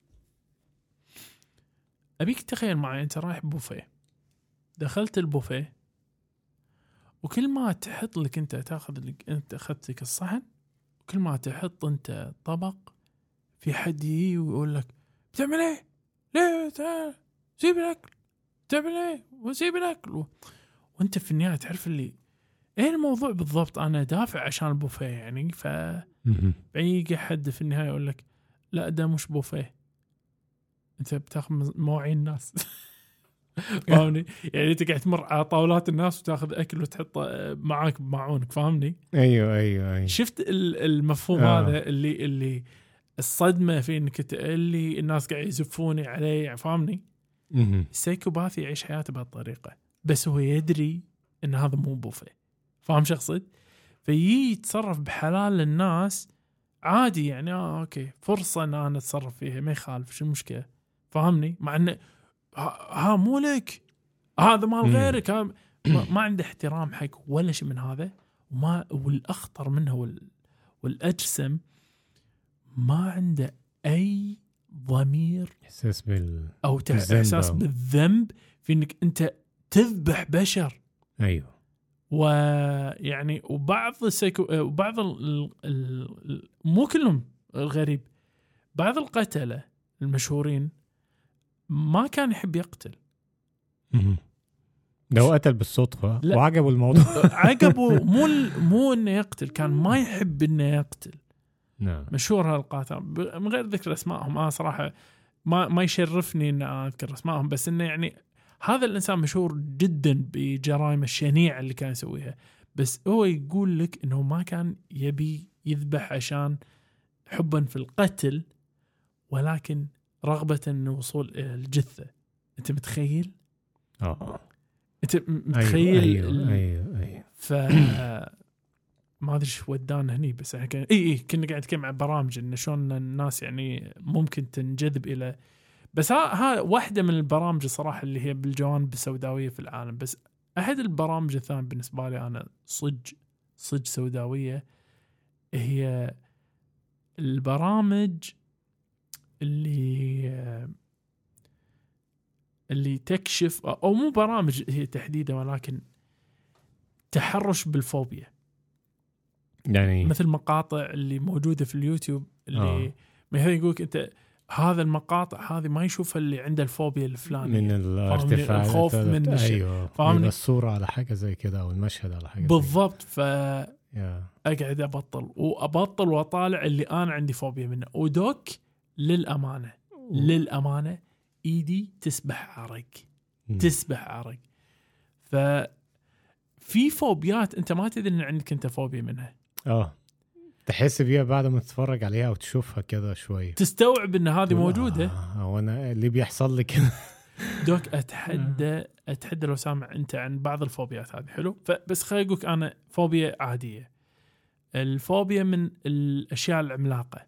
أبيك تخيل معي أنت رايح بوفيه، دخلت البوفيه وكل ما تحط لك أنت تأخذ لك أنت أخذت لك الصحن، وكل ما تحط أنت طبق في حد يجي ويقول لك بتعمل ايه؟ ليه تعال سيب الاكل، بتعمل ايه؟ وسيب الاكل و... وانت في النهايه تعرف اللي ايه الموضوع بالضبط. انا دافع عشان البوفيه يعني، ف بيجي حد في النهايه يقول لك لا ده مش بوفيه، انت بتاخذ مواعين الناس فاهمني؟ يعني انت قاعد تمر على طاولات الناس وتاخذ اكل وتحطه معاك بمعونك، فاهمني؟ ايوه ايوه ايوه شفت المفهوم آه. هذا اللي اللي الصدمة في انك تقلي الناس قاعد يزفوني عليه، فاهمني؟ السايكوباثي يعيش حياته بهالطريقة، بس هو يدري ان هذا مو بوفيه، فاهم شخصيت؟ فيي يتصرف بحلال للناس عادي يعني، اه اوكي فرصة ان انا اتصرف فيها ما يخالف، شو المشكلة؟ فاهمني؟ مع انه ها مو لك، هذا مال غيرك، ما, ما عنده احترام حق ولا شيء من هذا. وما والاخطر منه وال والاجسم ما عنده أي ضمير إحساس بال أو إحساس بالذنب في إنك أنت تذبح بشر. أيوه. ويعني وبعض السيكو وبعض ال... ال... مو كلهم الغريب، بعض القتلة المشهورين ما كان يحب يقتل. لو قتل بالصدفة وعجبه الموضوع عجبه مو مو إنه يقتل، كان ما يحب إنه يقتل. نعم. مشهور هالقاتل من غير ذكر اسمائهم، انا صراحه ما ما يشرفني ان اذكر اسمائهم، بس انه يعني هذا الانسان مشهور جدا بجرائم الشنيعه اللي كان يسويها، بس هو يقول لك انه ما كان يبي يذبح عشان حبا في القتل، ولكن رغبه الوصول الى الجثه. انت متخيل؟ اه انت متخيل؟ ايوه ايوه ايوه, أيوه. ف ما ادري ايش ودانا هني، بس احنا كنا اي اي كنا قاعد نتكلم عن برامج ان شلون الناس يعني ممكن تنجذب الى، بس ها ها واحده من البرامج الصراحه اللي هي بالجوانب السوداويه في العالم. بس احد البرامج الثانيه بالنسبه لي انا صج صج سوداويه هي البرامج اللي اللي تكشف، او مو برامج هي تحديدا ولكن تحرش بالفوبيا، يعني مثل مقاطع اللي موجودة في اليوتيوب اللي آه. مثلا يقولك أنت هذا المقاطع هذه ما يشوفها اللي عنده الفوبيا الفلانية من الارتفاع، الخوف من أيوه. فاهمني؟ الصورة على حاجة زي كده أو المشهد على حاجة بالضبط. ف yeah. أقعد أبطل وأبطل وأطالع اللي أنا عندي فوبيا منه. ودوك للأمانة للأمانة إيدي تسبح عرق تسبح عرق. ففي فوبيات أنت ما تدري إن عندك أنت فوبيا منها، اه تحس بيها بعد ما تتفرج عليها وتشوفها كده شوية، تستوعب ان هذه موجودة. اه وانا اللي بيحصل لي كده دوك اتحدى اتحدى لو سامع انت عن بعض الفوبيات هذه. حلو. فبس خليني اقولك انا فوبيا عاديه، الفوبيا من الاشياء العملاقه.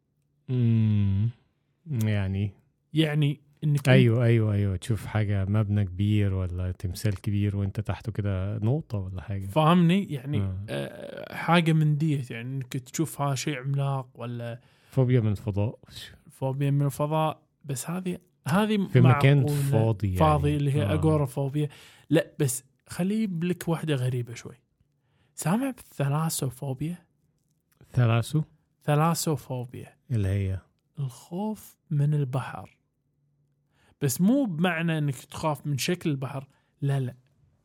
امم يعني يعني انك ايوه ايوه ايوه تشوف حاجه مبنى كبير ولا تمثال كبير وانت تحته كده نقطه ولا حاجه، فاهمني يعني آه. آه حاجه من ديت، يعني انك تشوفها شيء عملاق، ولا فوبيا من الفضاء. فوبيا من الفضاء. بس هذه هذه في مكان فاضي يعني. فاضي اللي هي آه. اغورافوبيا. لا بس خليه لك واحده غريبه شوي. سامع بالثلاسوفوبيا؟ ثلاثو ثلاسوفوبيا اللي هي الخوف من البحر، بس مو بمعنى انك تخاف من شكل البحر، لا لا،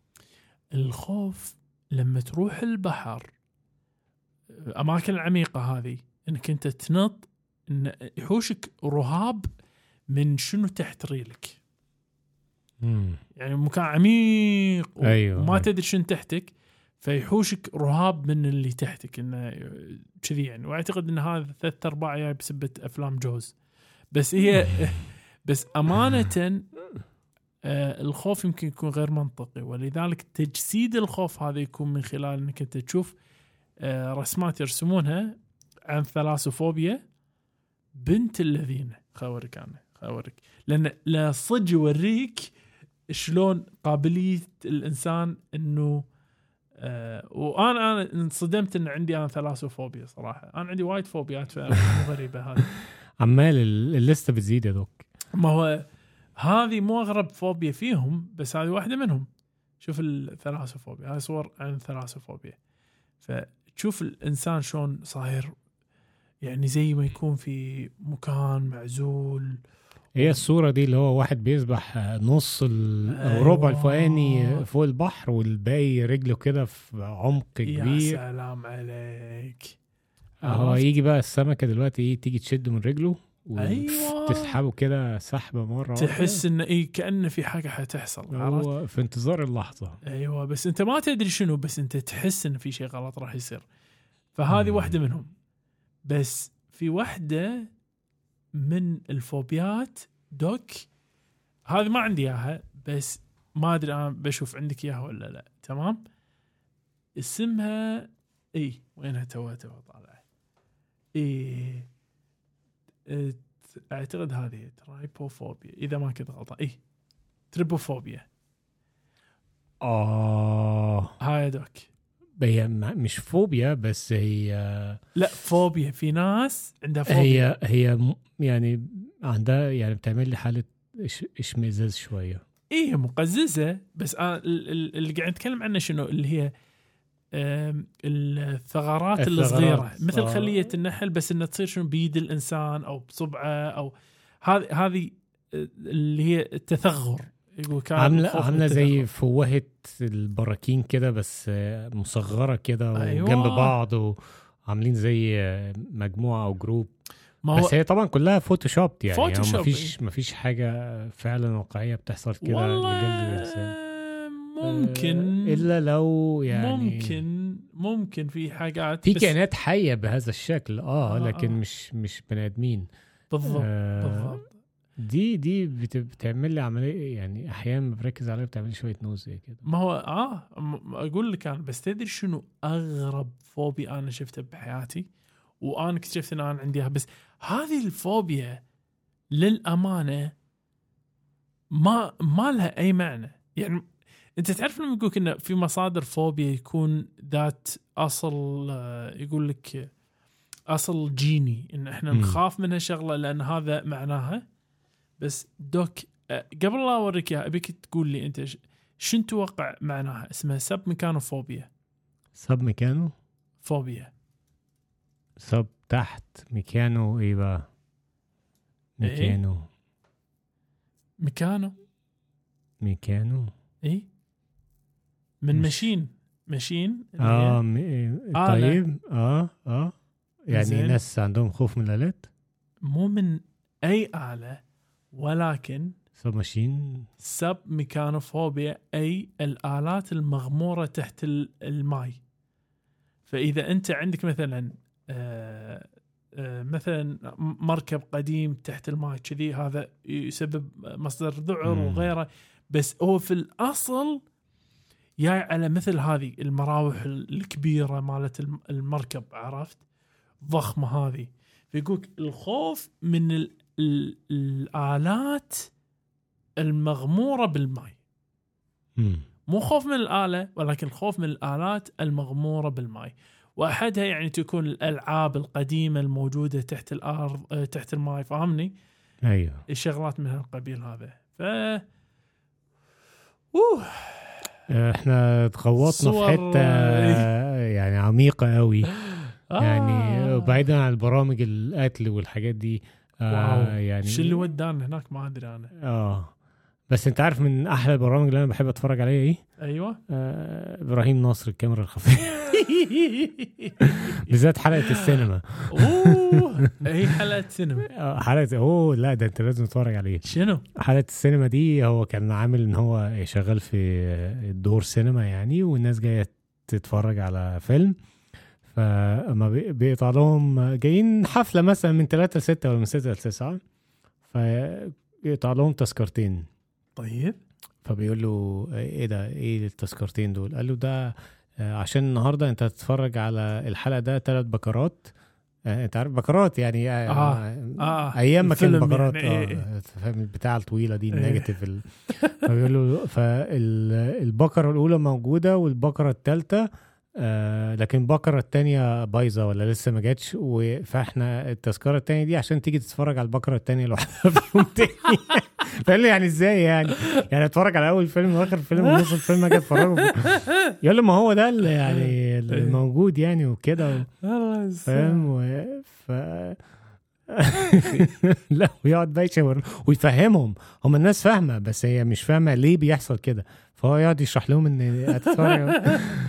الخوف لما تروح البحر اماكن العميقه هذه، انك انت تنط ان يحوشك رهاب من شنو تحت ريلك. مم. يعني مكان عميق و... أيوة. وما تدري شنو تحتك، فيحوشك رهاب من اللي تحتك، انه كذي يعني. واعتقد ان هذا ثلاث ارباع جاي بسبه افلام جوز. بس هي بس امانه آه الخوف يمكن يكون غير منطقي، ولذلك تجسيد الخوف هذا يكون من خلال انك انت تشوف آه رسمات يرسمونها عن ثلاسوفوبيا بنت الذين. خاورك انا خاورك لان لا صدق يوريك شلون قابليه الانسان انه آه وانا انا انصدمت ان عندي انا ثلاسوفوبيا صراحه. انا عندي وايد فوبيات غريبه هذه. عمال الليسته بتزيد يا دوك. ما هو هذه مو اغرب فوبيا فيهم، بس هذه واحده منهم. شوف الثلاسوفوبيا، هاي صور عن الثلاسوفوبيا. فتشوف الانسان شلون صاير، يعني زي ما يكون في مكان معزول. هي الصورة دي اللي هو واحد بيسبح نص ال... أيوة. أو ربع الفوقاني فوق البحر والباقي رجله كده في عمق كبير. يا سلام عليك. هو يجي بقى السمكة دلوقتي ايه تيجي تشده من رجله أيوة. وتسحبه كده سحبة مرة تحس انه ايه كأنه في حاجة حتحصل. هو في انتظار اللحظة. ايوه بس انت ما تدري شنو، بس انت تحس انه في شيء غلط راح يصير. فهذه واحدة منهم. بس في واحدة من الفوبيات دوك، هذه ما عندي اياها، بس ما ادري انا بشوف عندك اياها ولا لا. تمام. اسمها اي وينها توها توها طالعه اي اعتقد هذه ترايبوفوبيا اذا ما كنت غلطان. اي تريبوفوبيا. اه هاي دوك هي مش فوبيا بس هي لا فوبيا. في ناس عندها فوبيا. هي هي يعني عندها يعني بتعمل لي حالة اشمئزاز شوية. ايه مقززة. بس أنا اللي قاعد نتكلم عنه شنو اللي هي الثغرات الصغيرة مثل آه. خلية النحل، بس انها تصير شنو بيد الانسان او بصبعه، او هذه هذه اللي هي التثغر. يقول كان عامله عامله زي فوهة البراكين كده بس مصغرة كده أيوة. وجنب بعض وعاملين زي مجموعة او جروب. بس هي طبعا كلها فوتوشوب يعني, يعني ما فيش ما فيش حاجة فعلا واقعية بتحصل كده لجلد الانسان. ممكن إلا لو يعني ممكن ممكن في حاجات في كائنات حية بهذا الشكل آه, آه لكن آه. مش مش بني آدمين بالضبط. آه بالضبط. دي دي بتعمل لي عملية يعني أحيانا بركز عليها بتعمل لي شوية نوز كده. ما هو آه أقول لك أنا بس تدري شنو أغرب فوبيا أنا شفتها بحياتي وأنا اكتشفت إن أنا عنديها. بس هذه الفوبيا للأمانة ما ما لها أي معنى. يعني أنت تعرف لما يقولك إن في مصادر فوبيا يكون ذات أصل، يقول لك أصل جيني إن إحنا م. نخاف منها شغلة لأن هذا معناها. بس دوك قبل لا أوريك إياها أبيك تقول لي أنت شن توقع معناها. اسمها سب ميكانوفوبيا. سب ميكانو فوبيا. سب تحت ميكانو إيه بقى؟ ميكانو إيه؟ ميكانو ميكانو إيه من مش... ماشين ماشين اه م... طيب اه اه يعني زين. ناس عندهم خوف من الآلات مو من أي آلة ولكن سب ماشين. سب ميكانوفوبيا أي الآلات المغمورة تحت الماء. فإذا أنت عندك مثلا آه مثلا مركب قديم تحت الماء كذي، هذا يسبب مصدر ذعر وغيره. بس هو في الأصل جاي على مثل هذه المراوح الكبيرة مالت المركب، عرفت، ضخمة هذه. فيقولك الخوف من ال ال الآلات المغمورة بالماء، مو خوف من الآلة ولكن خوف من الآلات المغمورة بالماء. وأحدها يعني تكون الألعاب القديمة الموجودة تحت الأرض تحت الماء، فاهمني؟ أيوه، الشغلات من هالقبيل هذا. ف أوه احنا تغوطنا في حتة يعني عميقة قوي. آه. يعني بعيدا عن البرامج القتل والحاجات دي. آه يعني شو اللي ودانا هناك ما أدري أنا. اه بس انت عارف من احلى البرامج اللي انا بحب اتفرج عليها ايه؟ ايوه آه ابراهيم ناصر الكاميرا الخفية. بالذات حلقة السينما. اوه هي حلقة سينما. حلقة اوه لا ده انت لازم تتفرج عليه. شنو حلقة السينما دي؟ هو كان عامل ان هو شغال في الدور سينما يعني، والناس جاية تتفرج على فيلم، فما بيقطع لهم جايين حفلة مثلا من ثلاثة لستة ولا من ستة لتسعة، فيقطع لهم تذكرتين. طيب فبيقول له ايه ده، ايه التذكرتين دول؟ قال له ده عشان النهارده انت هتتفرج على الحلقه ده ثلاث بكرات. انت عارف بكرات يعني آه. آه. ايام ما كان بكرات يعني اه فاهم البتاع الطويله دي النيجاتيف ال... فبيقول له فالبكره الاولى موجوده والبكره الثالثه آه لكن البكره الثانيه بايظه ولا لسه ما جاتش، فاحنا التذكره الثانيه دي عشان تيجي تتفرج على البكره الثانيه لوحدها في يوم تاني. فقال لي يعني ازاي يعني يعني اتفرج على اول فيلم واخر فيلم ونص الفيلم اجي اتفرج؟ يقول له ما هو ده اللي يعني الموجود يعني وكده فاهم و... ف لا ويقعد بقى يشاور ويفهمهم. هم الناس فاهمه بس هي مش فاهمه ليه بيحصل كده، فهو يقعد يشرح لهم ان هتتفرج.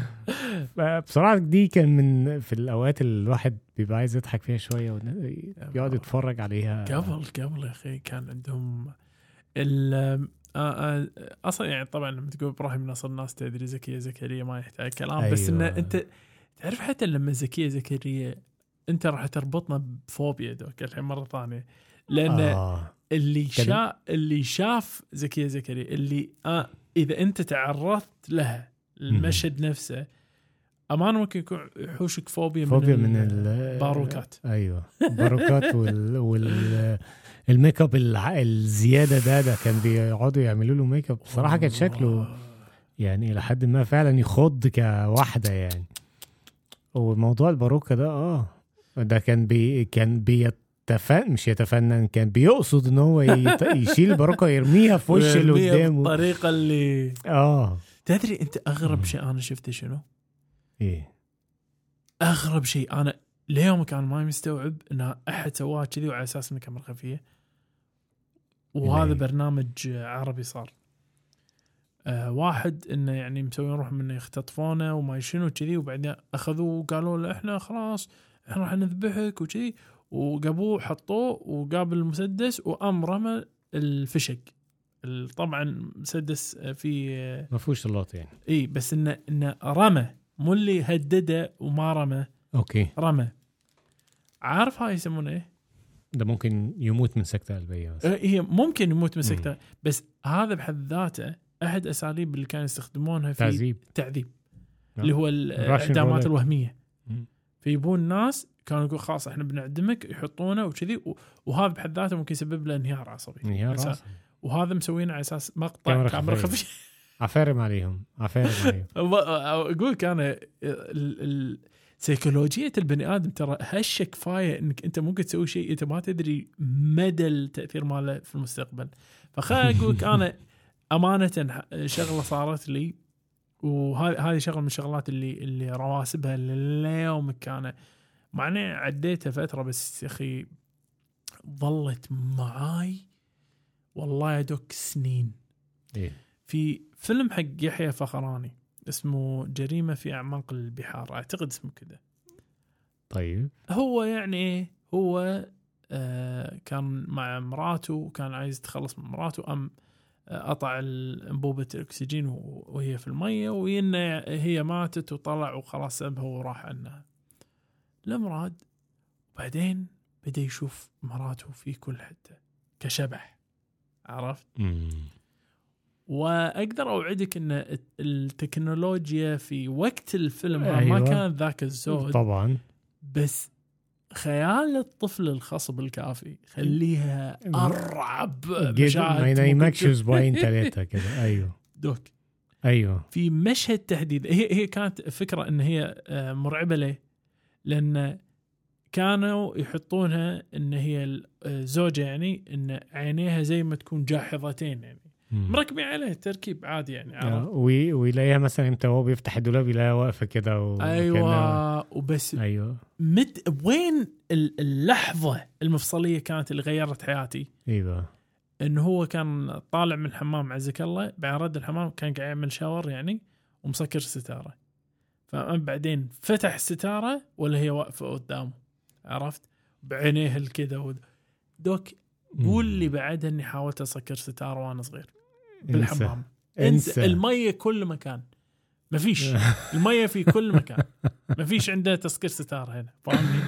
بصراحه دي كان من في الاوقات اللي الواحد بيبقى عايز يضحك فيها شويه ويقعد يتفرج عليها. قبل قبل يا اخي كان عندهم ال اصلا يعني طبعا لما تقول ابراهيم ناصر الناس تدري زكية زكريا ما يحتاج كلام. أيوة. بس ان انت تعرف حتى لما زكية زكريا انت راح تربطنا بفوبيا دوك الحين مره ثانيه، لان آه. اللي شاف اللي شاف زكية زكريا اللي آه اذا انت تعرضت لها المشهد نفسه أمان ممكن يكون يحوشك فوبيا, فوبيا من, من الباروكات. أيوة باروكات وال, وال الميك اب الزيادة ده ده كان بيقعدوا يعملوا له ميك اب بصراحة كان شكله يعني لحد ما فعلا يخض كواحدة يعني. وموضوع الباروكة ده اه ده كان بي كان بيتفنن مش يتفنن كان بيقصد ان هو يشيل الباروكة ويرميها في وش اللي قدامه بالطريقة اللي اه تدري انت اغرب شيء انا شفته شنو؟ ايه اغرب شيء انا اليوم كان ما مستوعب ان احد سواها كذي وعلى اساس انه كاميرا خفيه، وهذا برنامج عربي صار آه واحد انه يعني مسوين روحهم انه يختطفونه وما يشنو كذي، وبعدين اخذوه وقالوا له احنا خلاص احنا راح نذبحك وكذي، وجابوه حطوه وقابل المسدس وقام رمى الفشق. طبعا مسدس فيه ما فيهوش طلات يعني اي بس انه انه رمى مو اللي هدده وما رمى. اوكي رمى. عارف هاي يسمونه ايه؟ ده ممكن يموت من سكتة قلبية بس. هي ممكن يموت من سكتة، بس هذا بحد ذاته احد اساليب اللي كانوا يستخدمونها في تعذيب تعذيب اللي هو الاعدامات الوهمية. فيبون ناس كانوا يقول خلاص احنا بنعدمك يحطونه وكذي، وهذا بحد ذاته ممكن يسبب له انهيار عصبي. انهيار عصبي. وهذا مسوينه على اساس مقطع كاميرا خفية. عفارم عليهم عفارم عليهم. اقول كان سيكولوجية البني آدم ترى هشة كفاية انك انت ممكن تسوي شيء انت ما تدري مدى التأثير ماله في المستقبل. فخليني اقولك انا امانة شغلة صارت لي، وهذه شغلة من الشغلات اللي اللي رواسبها اليوم كان معني عديتها فترة بس يا اخي ظلت معاي والله يا دوك سنين. إيه؟ في فيلم حق يحيى فخراني اسمه جريمة في أعماق البحار، أعتقد اسمه كده. طيب هو يعني هو آه كان مع مراته وكان عايز يتخلص من مراته، أم آه قطع أنبوبة الأكسجين وهي في المية، وإن هي ماتت وطلع وخلاص سبها وراح عنها. الأمراض وبعدين بدأ يشوف مراته في كل حتة كشبح، عرفت؟ مم. وأقدر أوعدك أن التكنولوجيا في وقت الفيلم أيوة. ما كان ذاك الزود طبعا، بس خيال الطفل الخصب الكافي خليها أرعب مشاهد، ما ينامكش أسبوعين ثلاثة كده. أيوه دوك. أيوه في مشهد تحديد، هي هي كانت فكرة إن هي مرعبة ليه؟ لأن كانوا يحطونها إن هي الزوجة يعني إن عينيها زي ما تكون جاحظتين يعني مركبين عليه تركيب عادي يعني وي ويلاقيها مثلا امتى هو بيفتح الدولاب يلاقيها واقفه كده و... ايوه وبس. ايوه مت وين اللحظه المفصليه كانت اللي غيرت حياتي؟ ايوه انه هو كان طالع من الحمام عزك الله، بعد رد الحمام كان قاعد يعمل شاور يعني ومسكر الستاره، فبعدين فتح الستاره ولا هي واقفه قدامه، عرفت؟ بعينيه الكذا دوك. قول لي بعدها اني حاولت اسكر ستاره وانا صغير بالحمام، انسى المية كل مكان، ما فيش المية في كل مكان، ما فيش عنده تسكير ستارة هنا، فاهمني؟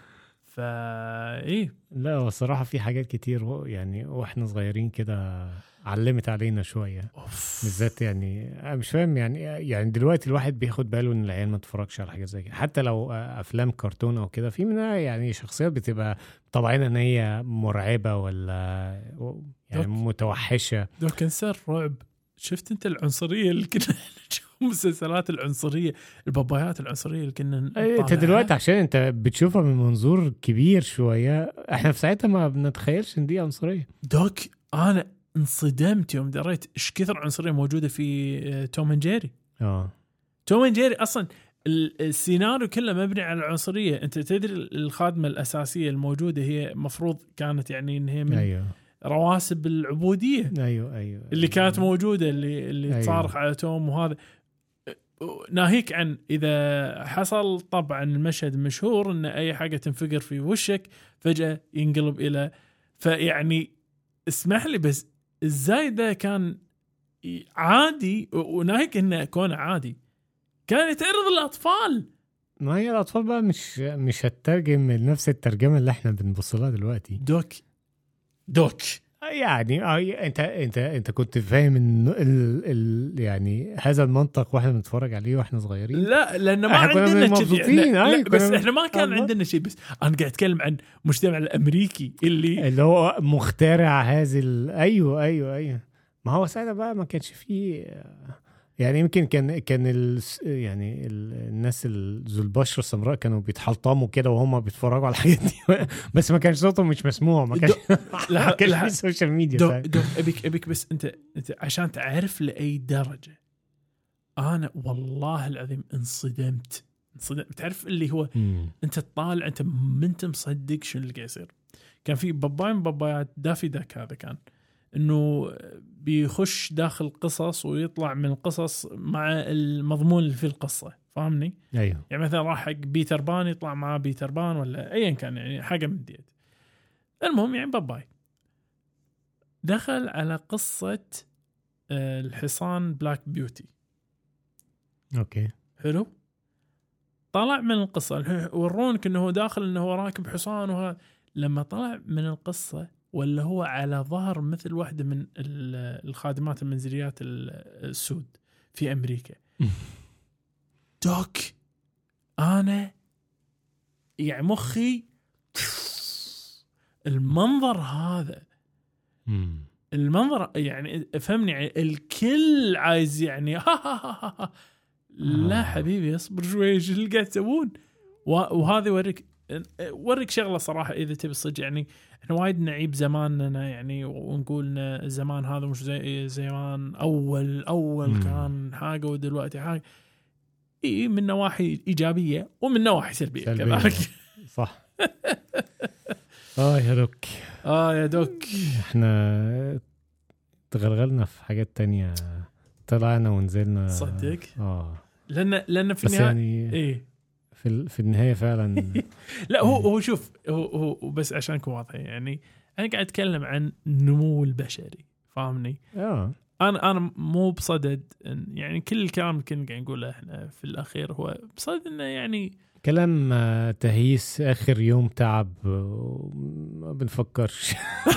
فا ايه لا والصراحة في حاجات كتير يعني واحنا صغيرين كده علمت علينا شوية بالذات. يعني مش فاهم يعني يعني دلوقتي الواحد بياخد باله ان العيال ما تتفرجش على حاجات زي كده، حتى لو افلام كرتون او كده في منها يعني شخصيات بتبقى طبعا ان هي مرعبة ولا يعني دوك متوحشة. دول كان سر رعب. شفت انت العنصرية اللي كنا نشوف مسلسلات العنصرية، البابايات العنصرية اللي كنا انت دلوقتي عشان انت بتشوفها من منظور كبير شوية، احنا في ساعتها ما بنتخيلش ان دي عنصرية. دوك انا انصدمت يوم دريت ايش كثر عنصرية موجودة في توم اند جيري. اه توم اند جيري اصلا السيناريو كله مبني على العنصرية. انت تدري الخادمة الاساسية الموجودة هي مفروض كانت يعني ان هي من أيوه. رواسب العبودية. ايوه ايوه اللي كانت موجودة اللي اللي أيوه. تصارخ على توم، وهذا ناهيك عن اذا حصل طبعا المشهد مشهور ان اي حاجة تنفجر في وشك فجأة ينقلب الى، فيعني اسمح لي بس ازاي ده كان عادي، وناهيك انه كون عادي كان يتعرض للاطفال. ما هي الاطفال بقى مش مش هتترجم نفس الترجمة اللي احنا بنبص لها دلوقتي. دوك دوك يعني اه انت انت انت كنت فاهم ان ال ال يعني هذا المنطق واحنا بنتفرج عليه واحنا صغيرين؟ لا لان ما عندنا شيء، بس احنا ما كان الله. عندنا شيء. بس انا قاعد اتكلم عن المجتمع الامريكي اللي اللي هو مخترع هذه ال... ايوه ايوه ايوه ما هو ساعتها بقى ما كانش فيه يعني يمكن كان كان ال يعني ال الناس ذو البشره السمراء كانوا بيتحلطموا كده وهم بيتفرجوا على الحاجات دي بس ما كانش صوتهم مش مسموع، ما كانش ما كانش في السوشيال ميديا. دو دو ابيك ابيك بس انت انت عشان تعرف لاي درجه انا والله العظيم انصدمت انصدمت تعرف اللي هو مم. انت تطالع انت ما انت مصدق شو اللي قاعد يصير. كان في باباي من بابايات دافي داك، هذا كان انه بيخش داخل قصص ويطلع من القصص مع المضمون اللي في القصة، فاهمني؟ ايوه يعني مثلا راح حق بيتر بان يطلع معاه بيتر بان ولا ايا كان يعني حاجة من ديت. المهم يعني باباي دخل على قصة الحصان بلاك بيوتي. اوكي حلو. طلع من القصة ورونك انه هو داخل انه هو راكب حصان، وهذا لما طلع من القصة ولا هو على ظهر مثل واحدة من الخادمات المنزليات السود في أمريكا. دوك أنا يعني مخي المنظر هذا المنظر يعني فهمني يعني الكل عايز يعني لا حبيبي اصبر شوي ايش اللي قاعد تسوون. وهذا يوريك وريك شغله صراحه اذا تبي صدق يعني احنا وايد نعيب زماننا يعني ونقول الزمان هذا مش زي زمان اول اول مم. كان حاجه ودلوقتي حاجه. اي من نواحي ايجابيه ومن نواحي سلبيه كذلك. صح. اه يا دوك اه يا دوك احنا تغلغلنا في حاجات تانية، طلعنا ونزلنا صدق. اه لان لان في النهايه يعني ايه في في النهايه فعلا لا هو هو شوف هو هو بس عشان نكون واضحين يعني انا قاعد اتكلم عن نمو البشري، فاهمني؟ اه انا انا مو بصدد يعني كل الكلام اللي كنا قاعد نقوله احنا في الاخير هو بصدد انه يعني كلام تهيس آخر يوم تعب ما بنفكرش.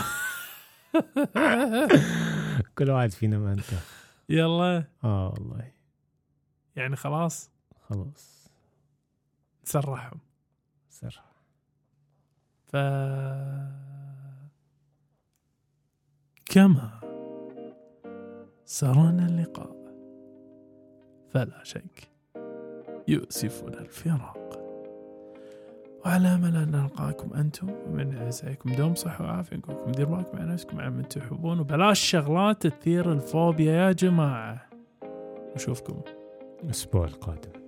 كل واحد فينا ما انت يلا اه والله يعني خلاص خلاص نسرحهم سرح. ف كما سرنا اللقاء فلا شك يؤسفنا الفراق، وعلى أمل أن نلقاكم أنتم ومن أعزائكم دوم صحة وعافية. نقولكم دير بالكم على نفسكم على من تحبون، وبلاش شغلات تثير الفوبيا يا جماعة. نشوفكم الأسبوع القادم.